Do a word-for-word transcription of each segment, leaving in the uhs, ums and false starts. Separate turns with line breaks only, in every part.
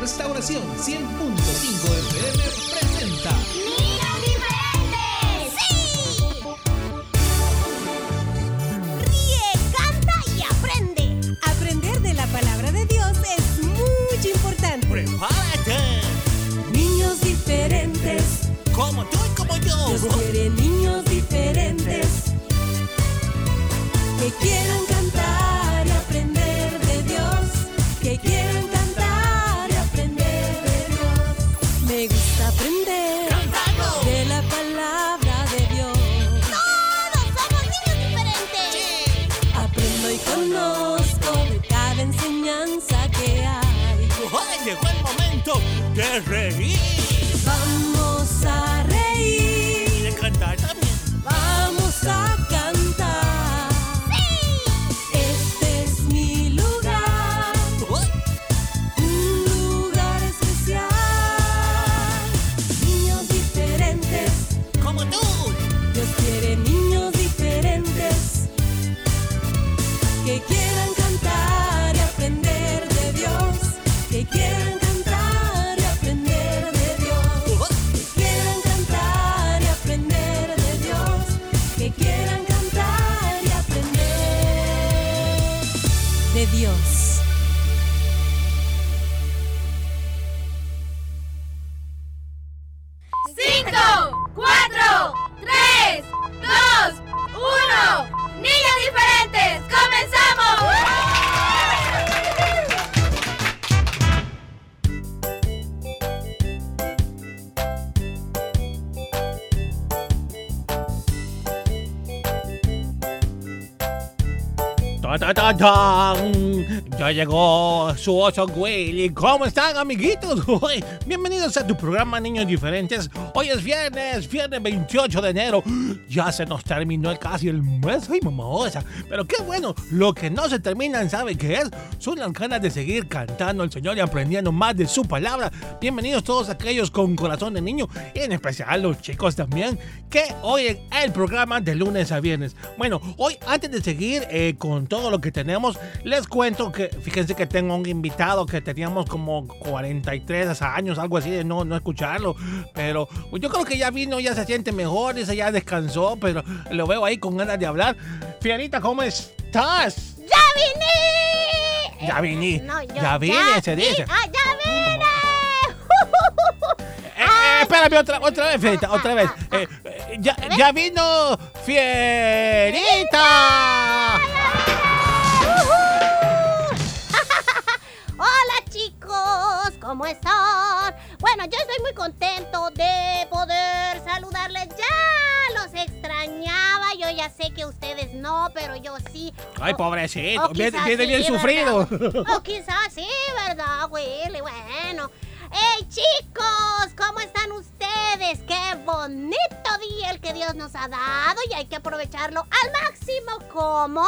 Restauración cien punto cinco F M presenta
¡Niños Diferentes! ¡Sí! Ríe, canta y aprende.
Aprender de la palabra de Dios es muy importante.
¡Prepárate!
Niños diferentes,
Como tú y como yo.
Dios quiere niños diferentes que quieran cantar y aprender de Dios, que quieran cantar y aprender de Dios. Me gusta aprender
¡Cantando!
de la palabra de Dios.
¡Todos somos niños diferentes!
¡Sí!
Aprendo y conozco de cada enseñanza que hay.
¡Oh, llegó el momento de reír!
Vamos a
Y
reír,
de cantar también.
vamos a cantar. Este es mi lugar,
¡Oh!
un lugar especial. Niños diferentes,
¡Como tú!
Dios quiere niños diferentes que quieran cantar y aprender de Dios, que quieran cantar y aprender de Dios,
¡Oh!
que quieran cantar y aprender de Dios, que quieran cantar y aprender de Dios.
Cinco, cuatro, tres, dos, uno. ¡Niños Diferentes! ¡Comenzamos!
¡Ta, ta, ta, tan! Ya llegó su oso Willy. ¿Cómo están, amiguitos? Uy, bienvenidos a tu programa Niños Diferentes. Hoy es viernes, viernes veintiocho de enero. Ya se nos terminó casi el mes. ¡Ay, mamaosa! Pero qué bueno, lo que no se terminan, ¿saben qué es? Son las ganas de seguir cantando al Señor y aprendiendo más de su palabra. Bienvenidos todos aquellos con corazón de niño, y en especial los chicos también, que oyen el programa de lunes a viernes. Bueno, hoy antes de seguir eh, con todo lo que tenemos, les cuento que, fíjense que tengo un invitado que teníamos como cuarenta y tres años, algo así, de no, no escucharlo, pero yo creo que ya vino, ya se siente mejor, dice, ya descansó, pero lo veo ahí con ganas de hablar. Fianita, ¿cómo estás?
¡Ya vine!
Ya vine,
No, yo
ya vine, se
vi-
dice.
¡Ah, ya vine!
Eh, eh, espérame otra, otra vez, Fianita, otra vez. Eh, eh, ya, ya vino Fierita.
Hola chicos, ¿cómo están? Bueno, yo estoy muy contento de poder saludarles. Ya los extrañaba. Yo ya sé que ustedes no, pero yo sí.
Ay,
O-
pobrecito,
o
viene,
quizás
viene
sí,
bien sufrido.
¿verdad? O quizás sí, ¿verdad, Willy? Bueno. ¡Hey, chicos! ¿Cómo están ustedes? ¡Qué bonito día el que Dios nos ha dado! Y hay que aprovecharlo al máximo. ¿Cómo?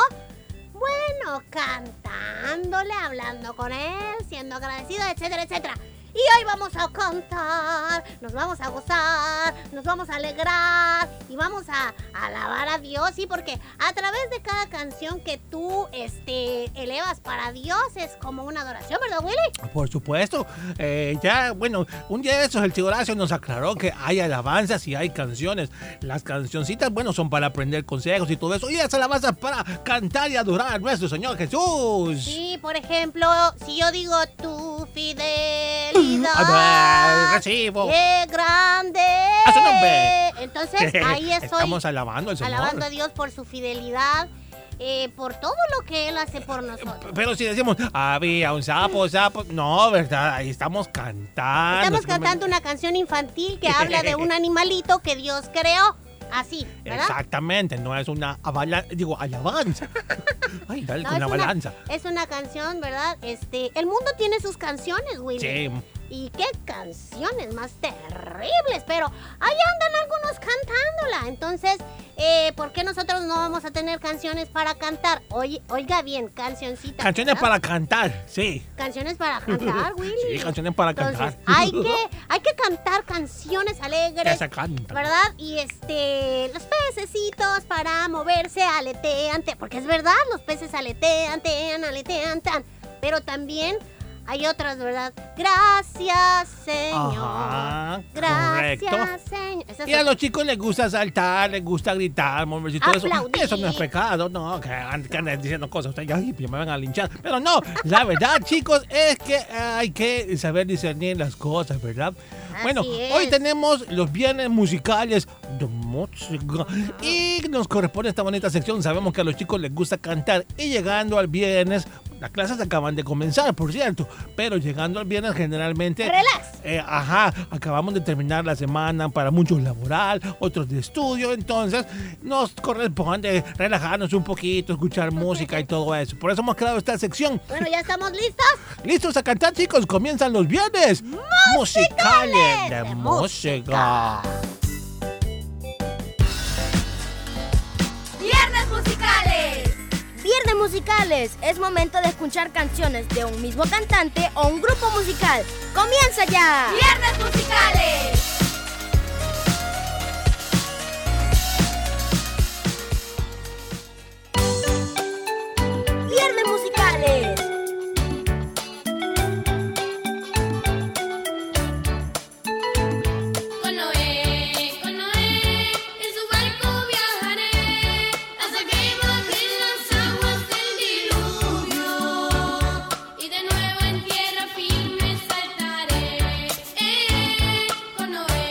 Bueno, cantándole, hablando con él, siendo agradecido, etcétera, etcétera. Y hoy vamos a cantar, nos vamos a gozar, nos vamos a alegrar y vamos a alabar a Dios, sí, porque a través de cada canción que tú este, elevas para Dios es como una adoración, ¿verdad, Willy?
Por supuesto, eh, ya, bueno, un día de estos el tío Horacio nos aclaró que hay alabanzas y hay canciones. Las cancioncitas, bueno, son para aprender consejos y todo eso, y las alabanzas para cantar y adorar a nuestro Señor Jesús.
Sí, por ejemplo, si yo digo tu fidelidad,
A ver, recibo.
¡qué grande!
A su nombre.
Entonces, ahí estoy
Estamos alabando al Señor.
alabando a Dios por su fidelidad, eh, por todo lo que Él hace por nosotros.
Pero si decimos, había un sapo, sapo, no, ¿verdad? Ahí estamos cantando.
Estamos cantando una canción infantil que habla de un animalito que Dios creó. Así, ¿verdad?
Exactamente, no es una avala- digo, alabanza. Ay, dale
No,
con
es
la
una-
balanza.
Es una canción, ¿verdad? Este, el mundo tiene sus canciones, Willy.
Sí.
Y qué canciones más terribles, pero ahí andan algunos cantándola. Entonces, eh, ¿por qué nosotros no vamos a tener canciones para cantar? Oye, oiga bien, cancioncitas.
Canciones
¿verdad?
para cantar, sí.
Canciones para cantar, Willy.
Sí, canciones para
Entonces,
cantar.
hay que, hay que cantar canciones alegres.
Que se cantan.
¿Verdad? Y este, los pececitos para moverse aletean, te- porque es verdad, los peces aletean, tean, aletean, tan. Pero también Hay otras, ¿verdad? Gracias, Señor.
Ajá,
Gracias,
correcto.
Señor. Esas
Y a
son-
los chicos les gusta saltar, les gusta gritar, moverse y todo eso.
Aplaudir.
Eso no es pecado, no, que an- que anden diciendo cosas, ustedes ya ay, me van a linchar. Pero no, la verdad, chicos, es que hay que saber discernir las cosas, ¿verdad?
Así
Bueno,
es.
hoy tenemos los viernes musicales de música y nos corresponde esta bonita sección. Sabemos que a los chicos les gusta cantar y llegando al viernes, las clases acaban de comenzar, por cierto, pero llegando al viernes generalmente...
Relax.
Eh, ajá, acabamos de terminar la semana, para muchos laboral, otros de estudio, entonces nos corresponde relajarnos un poquito, escuchar música y todo eso. Por eso hemos creado esta sección.
Bueno, ¿ya estamos listos?
¿Listos a cantar, chicos? Comienzan los viernes musicales de
de
música.
Viernes musicales.
Viernes musicales. Es momento de escuchar canciones de un mismo cantante o un grupo musical. ¡Comienza ya!
Viernes musicales.
Viernes musicales.
Con Noé, con Noé, en su barco viajaré hasta que bajen las aguas del diluvio y de nuevo en tierra firme saltaré. Eh, con Noé.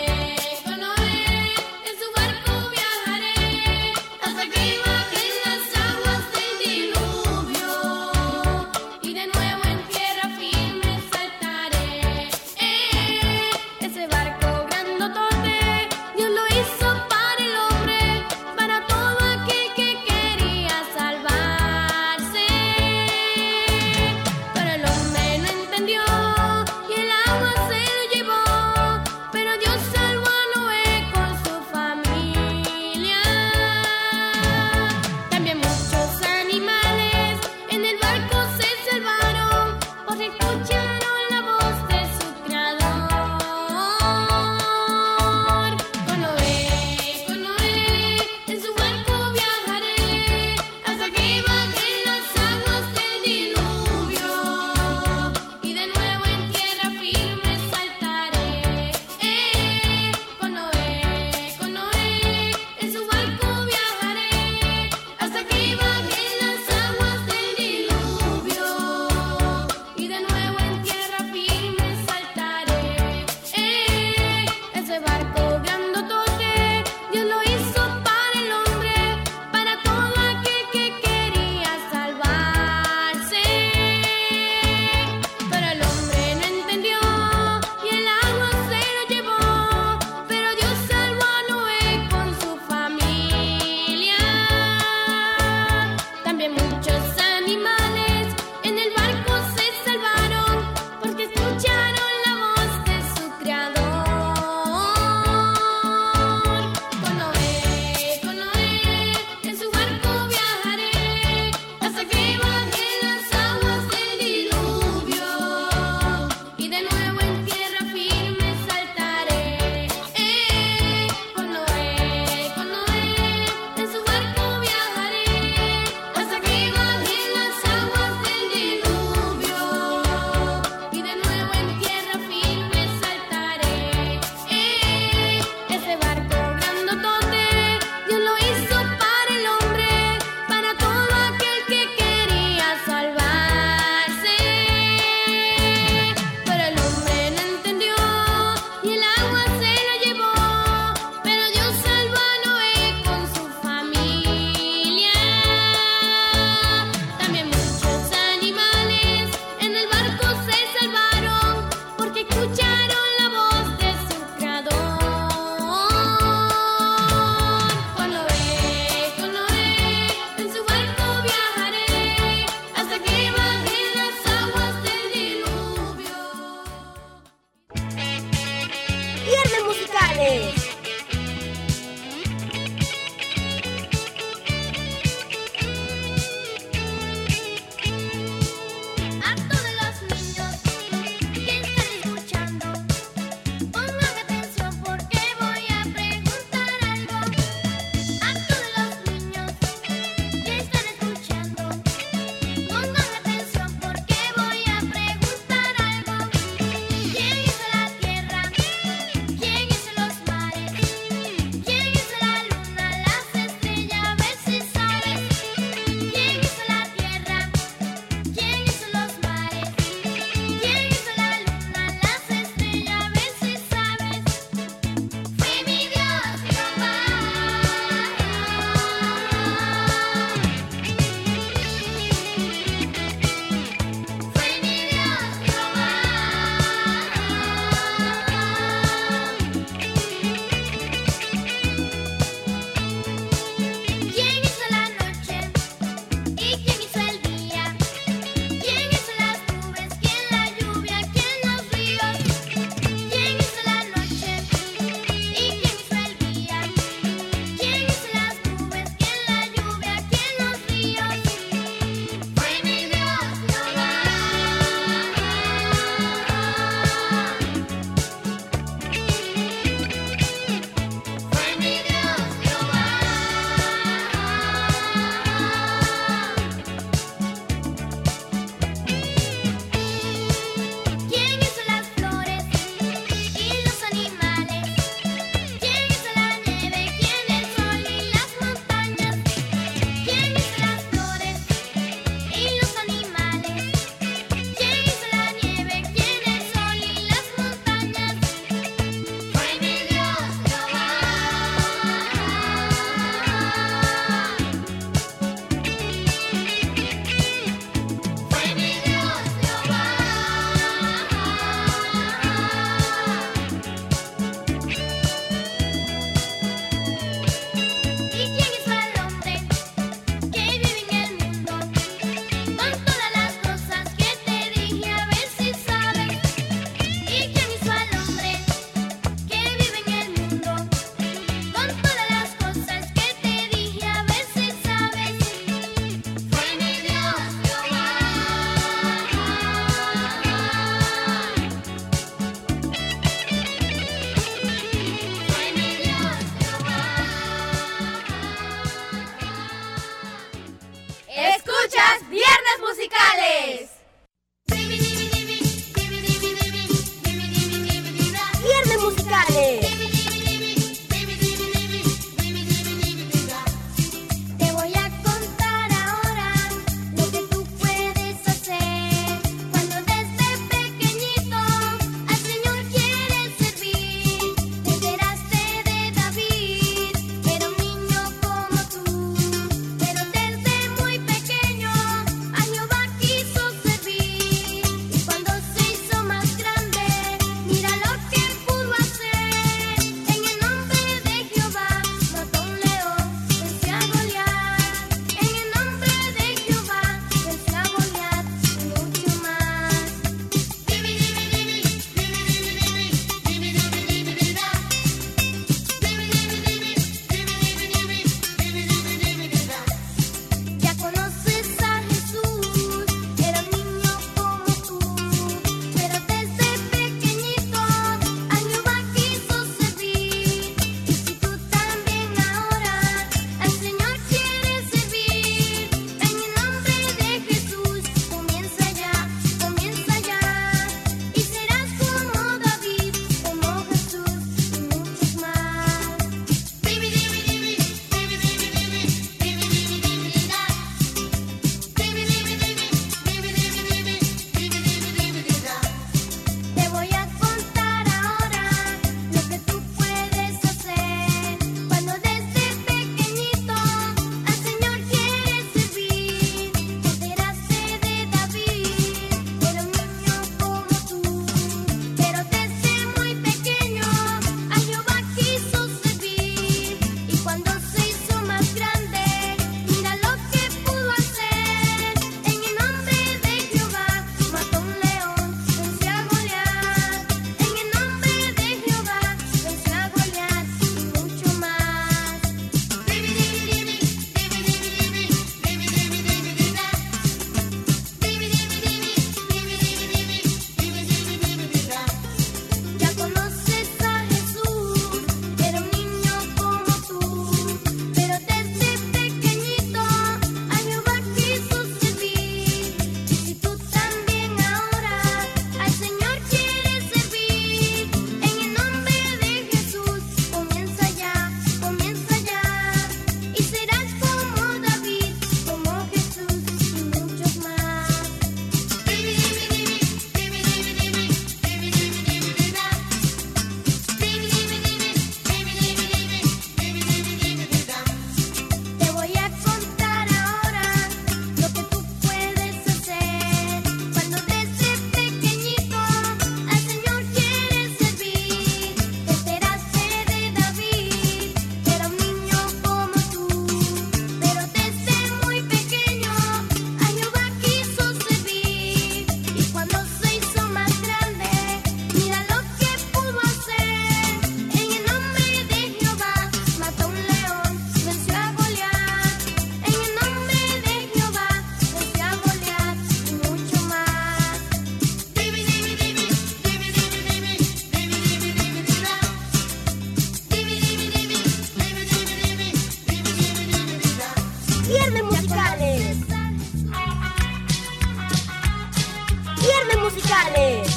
musicales.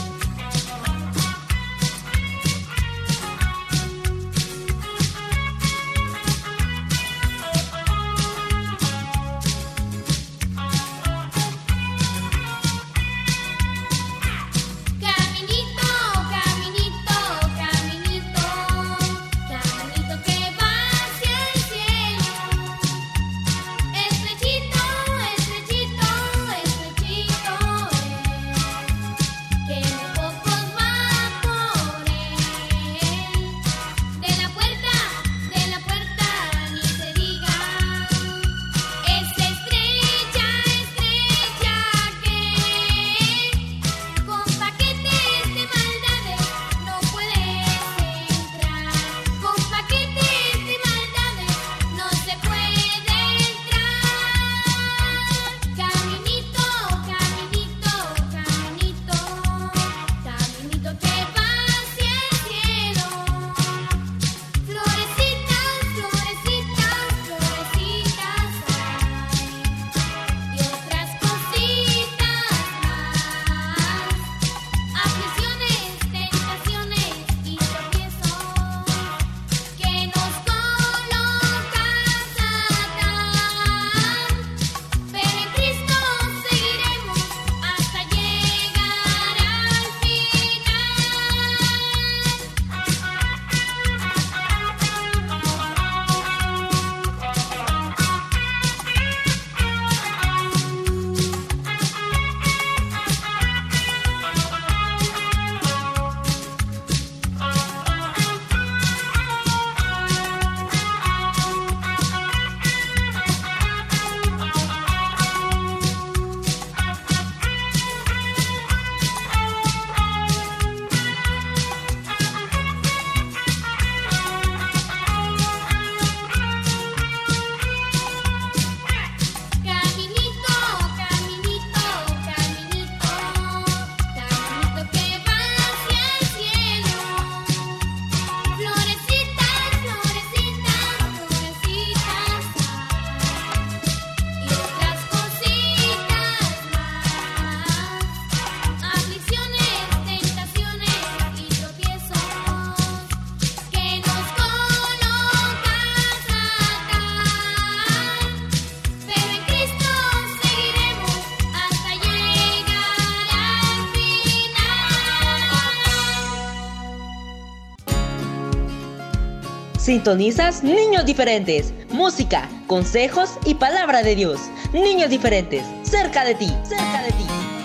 Sintonizas Niños Diferentes, música, consejos y palabra de Dios. Niños Diferentes, cerca de ti, cerca de ti.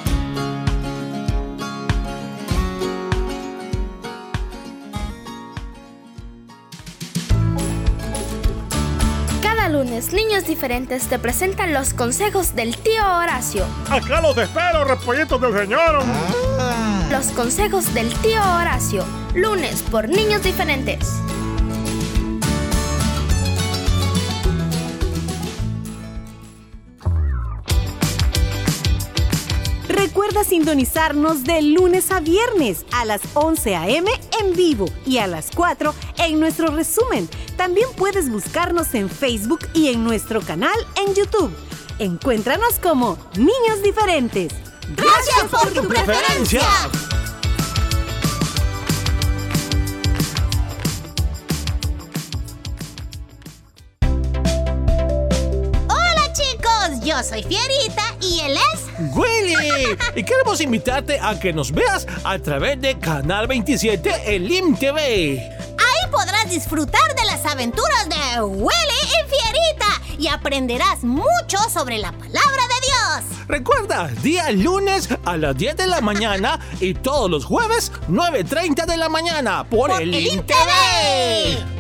Cada lunes, Niños Diferentes te presentan los consejos del tío Horacio.
Acá los espero, repollitos del Señor.
Ah. Los consejos del tío Horacio, lunes por Niños Diferentes.
Recuerda sintonizarnos de lunes a viernes a las once a eme en vivo y a las cuatro en nuestro resumen. También puedes buscarnos en Facebook y en nuestro canal en YouTube. Encuéntranos como Niños Diferentes.
¡Gracias por tu preferencia! Hola chicos, yo soy Fierita y él es...
¡Willy! Y queremos invitarte a que nos veas a través de Canal veintisiete en L I M T V.
Ahí podrás disfrutar de las aventuras de Willy y Fierita y aprenderás mucho sobre la palabra de Dios.
Recuerda, día lunes a las diez de la mañana y todos los jueves nueve treinta de la mañana por, por el L I M T V.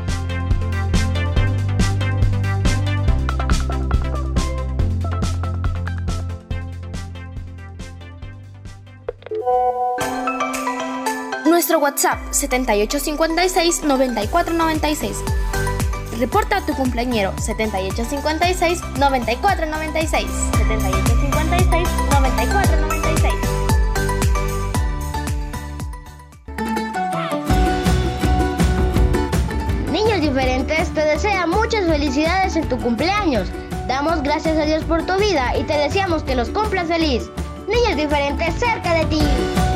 Nuestro WhatsApp setenta y ocho cincuenta y seis, noventa y cuatro noventa y seis. Reporta a tu cumpleañero setenta y ocho cincuenta y seis, noventa y cuatro noventa y seis. setenta y ocho cincuenta y seis, noventa y cuatro noventa y seis.
Niños Diferentes te desea muchas felicidades en tu cumpleaños. Damos gracias a Dios por tu vida y te deseamos que los cumplas feliz. Niños Diferentes cerca de ti.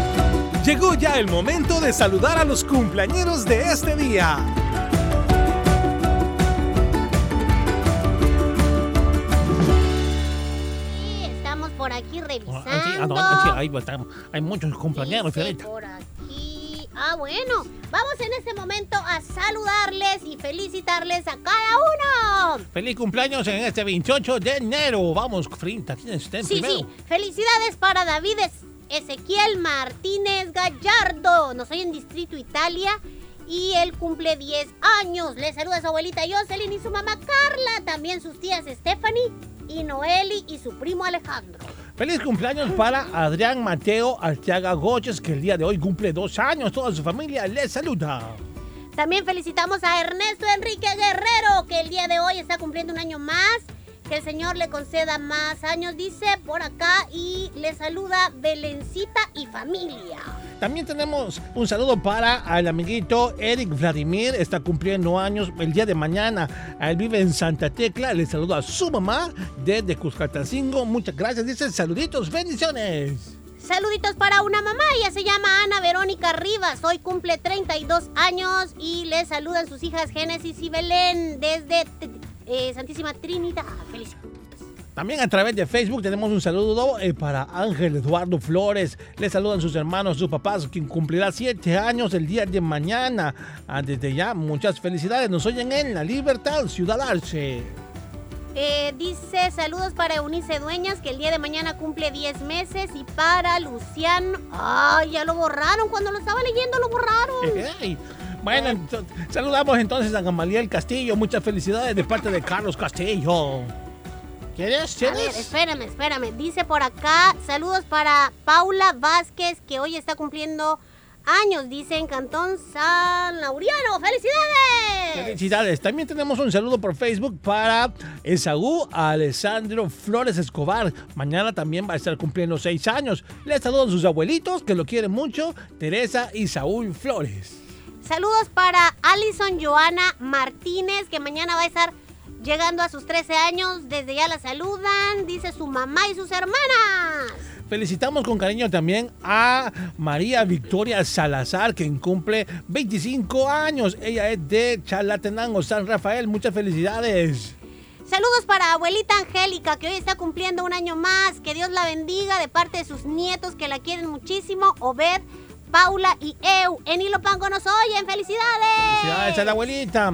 Llegó ya el momento de saludar a los cumpleañeros de este día.
Sí, estamos por aquí revisando.
Ah, sí, ah, no, ah, sí, ahí está. Hay muchos cumpleaños,
Dice
Fiorita.
por aquí. Ah, bueno. Vamos en este momento a saludarles y felicitarles a cada uno.
Feliz cumpleaños en este veintiocho de enero. Vamos, Frinta, tienes usted
Sí,
primero.
sí. Felicidades para David Ezequiel Martínez Gallardo. Nos oye en Distrito Italia y él cumple diez años. Le saluda a su abuelita Jocelyn y su mamá Carla. También sus tías Stephanie y Noeli y su primo Alejandro.
Feliz cumpleaños para Adrián Mateo Arteaga Goches, que el día de hoy cumple dos años. Toda su familia le saluda.
También felicitamos a Ernesto Enrique Guerrero, que el día de hoy está cumpliendo un año más. Que el Señor le conceda más años, dice por acá. Y le saluda Belencita y familia.
También tenemos un saludo para el amiguito Eric Vladimir. Está cumpliendo años el día de mañana. Él vive en Santa Tecla. Le saludo a su mamá desde Cuscatancingo. Muchas gracias. Dice saluditos, bendiciones.
Saluditos para una mamá, ella se llama Ana Verónica Rivas, hoy cumple treinta y dos años y le saludan sus hijas Génesis y Belén desde eh, Santísima Trinidad. Felicidades.
También a través de Facebook tenemos un saludo eh, para Ángel Eduardo Flores. Le saludan sus hermanos, sus papás, quien cumplirá siete años el día de mañana. Ah, desde ya, muchas felicidades. Nos oyen en La Libertad, Ciudad Arce.
Eh, dice saludos para Eunice Dueñas, que el día de mañana cumple diez meses. Y para Luciano... ¡Ay, ya lo borraron! Cuando lo estaba leyendo lo borraron.
Hey. Bueno, ent- saludamos entonces a Gamaliel Castillo. Muchas felicidades de parte de Carlos Castillo. ¿Quieres?
A ver,
¿Quieres?
espérame, espérame. Dice por acá, saludos para Paula Vázquez, que hoy está cumpliendo años, dice en Cantón San Laureano. ¡Felicidades!
Felicidades. También tenemos un saludo por Facebook para Esaú Alessandro Flores Escobar. Mañana también va a estar cumpliendo seis años. Les saludan sus abuelitos, que lo quieren mucho, Teresa y Saúl Flores.
Saludos para Alison Joana Martínez, que mañana va a estar llegando a sus trece años. Desde ya la saludan, dice su mamá y sus hermanas.
Felicitamos con cariño también a María Victoria Salazar, quien cumple veinticinco años. Ella es de Chalatenango, San Rafael. Muchas felicidades.
Saludos para abuelita Angélica, que hoy está cumpliendo un año más. Que Dios la bendiga de parte de sus nietos, que la quieren muchísimo. Obed, Paula y Eu. En Ilopango nos oyen. ¡Felicidades!
Felicidades a la abuelita.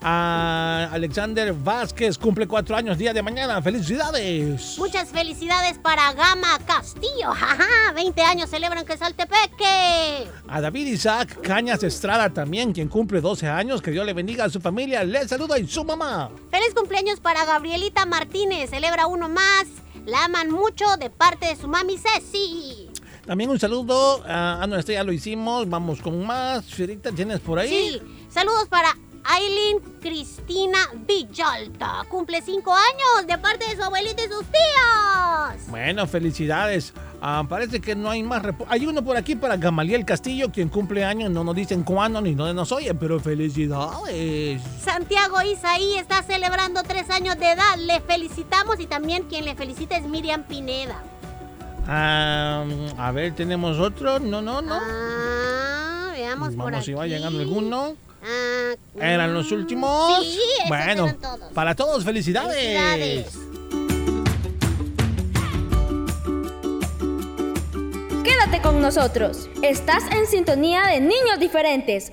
A Alexander Vázquez, cumple cuatro años, día de mañana. ¡Felicidades!
Muchas felicidades para Gama Castillo. ¡Jaja! veinte años celebran que Saltepeque.
A David Isaac Cañas Estrada también, quien cumple doce años. Que Dios le bendiga a su familia. Le saluda y su mamá.
Feliz cumpleaños para Gabrielita Martínez. Celebra uno más. La aman mucho de parte de su mami Ceci.
También un saludo a, a nuestra, ya lo hicimos. Vamos con más. Fierita, ¿tienes por ahí?
Sí. Saludos para Aileen Cristina Villalta. Cumple cinco años de parte de su abuelita y sus tías.
Bueno, felicidades. Ah, parece que no hay más. repo- Hay uno por aquí para Gamaliel Castillo, quien cumple años. No nos dicen cuándo ni dónde nos oye, pero felicidades.
Santiago Isaí está celebrando tres años de edad. Le felicitamos y también quien le felicita es Miriam Pineda.
Ah, a ver, tenemos otro. No, no, no.
Ah, veamos por
Vamos
aquí.
si va llegando alguno.
Ah,
¿Eran los últimos?
Sí, esos
bueno,
eran todos.
para todos, felicidades.
Felicidades.
Quédate con nosotros. Estás en sintonía de Niños Diferentes.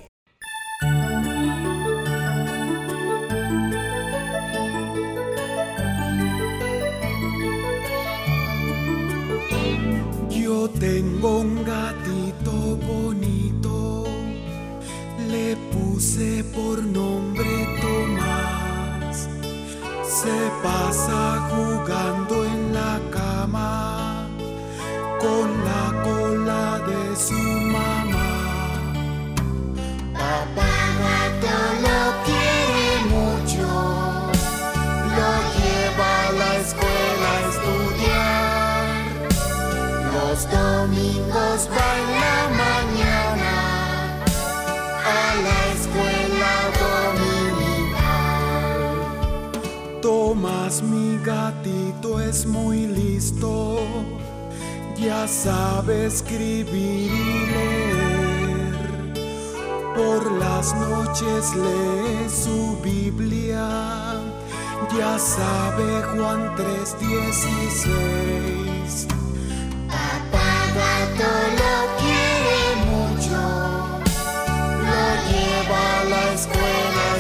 Yo tengo un gatito bonito, le puse por nombre Tomás. Se pasa jugando en la cama con la cola de su mamá. Papá gato lo quiere mucho, lo lleva a la escuela a estudiar. Los domingos va en la mañana a la escuela dominical. Tomás, mi gatito, es muy listo, ya sabe escribir y leer. por las noches lee su Biblia, ya sabe Juan tres dieciséis.
Papá Gato lo quiere mucho, lo lleva a la escuela a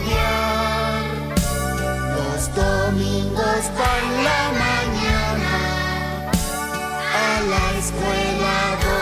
estudiar. Los domingos va en la mañana a la escuela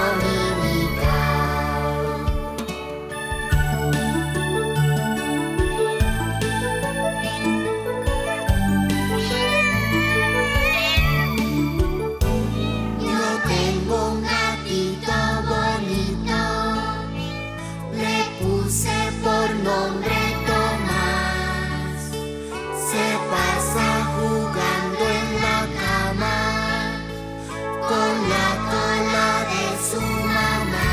nombre Tomás, se pasa jugando en la cama con la cola de su mamá.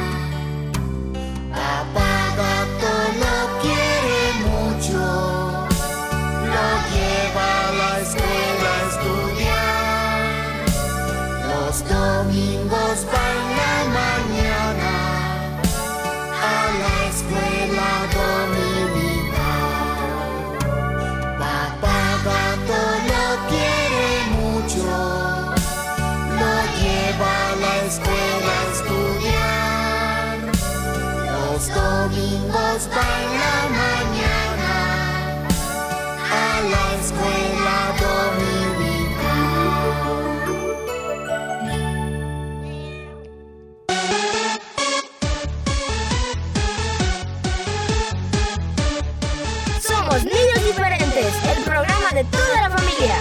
Papá Gato lo quiere mucho, lo lleva a la escuela a estudiar. Los domingos va en la mañana a la escuela dominical. Papá Gato lo quiere mucho, lo lleva a la escuela a estudiar. Los domingos va en la mañana a la escuela
Niños Diferentes, el programa de toda la familia.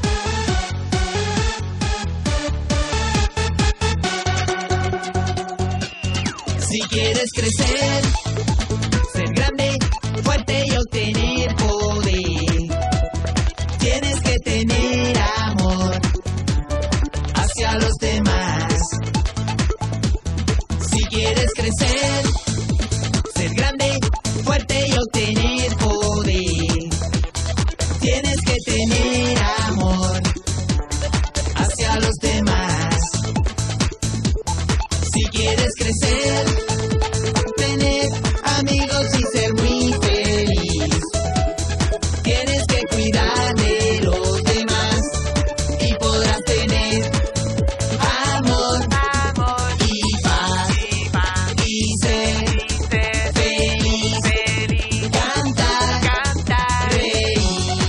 Si quieres crecer, ser grande, fuerte y obtener poder, tienes que tener amor hacia los demás. Si quieres crecer, ser grande, fuerte y obtener poder, tienes que tener amor hacia los demás. Si quieres crecer, tener amigos y ser muy feliz, tienes que cuidar de los demás y podrás tener amor, amor y paz, y, paz, y ser, ser feliz, feliz, cantar, cantar, reír.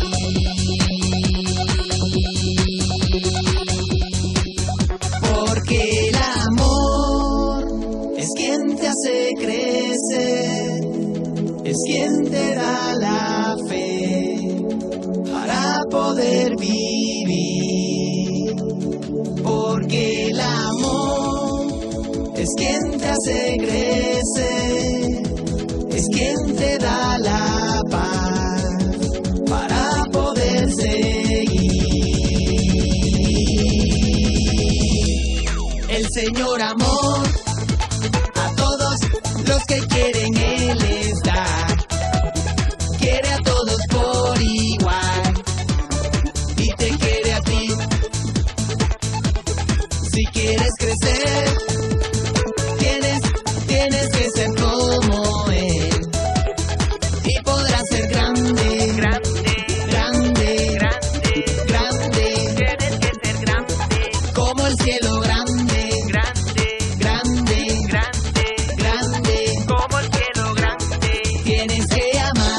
Porque el amor es quien te hace crecer, es quien te da la fe para poder vivir. Porque el amor es quien te hace crecer, es quien te da la paz para poder seguir. El Señor amor a todos los que quieren Él les da, quiere a todos por igual y te quiere a ti. Si quieres crecer, tienes, tienes que ser como Él y podrás ser grande, grande, grande, grande, grande. Tienes que ser grande, como el cielo grande, grande, grande, grande, grande, como el cielo grande. Tienes que amar.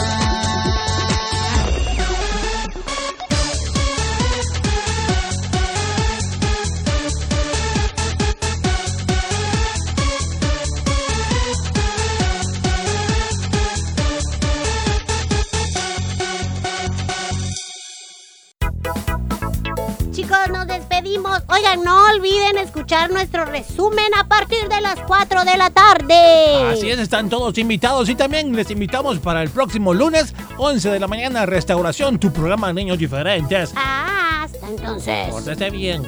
Chicos, nos despedimos. Oigan, no olviden escuchar nuestro resumen a partir de las cuatro de la tarde.
Así es, están todos invitados y también les invitamos para el próximo lunes, once de la mañana, Restauración, tu programa Niños Diferentes.
Ah, hasta entonces.
Pórtese bien.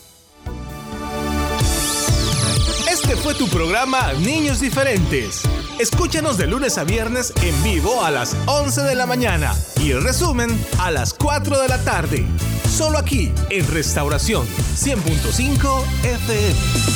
Este fue tu programa Niños Diferentes. Escúchanos de lunes a viernes en vivo a las once de la mañana y el resumen a las cuatro de la tarde. Solo aquí en Restauración cien punto cinco F M.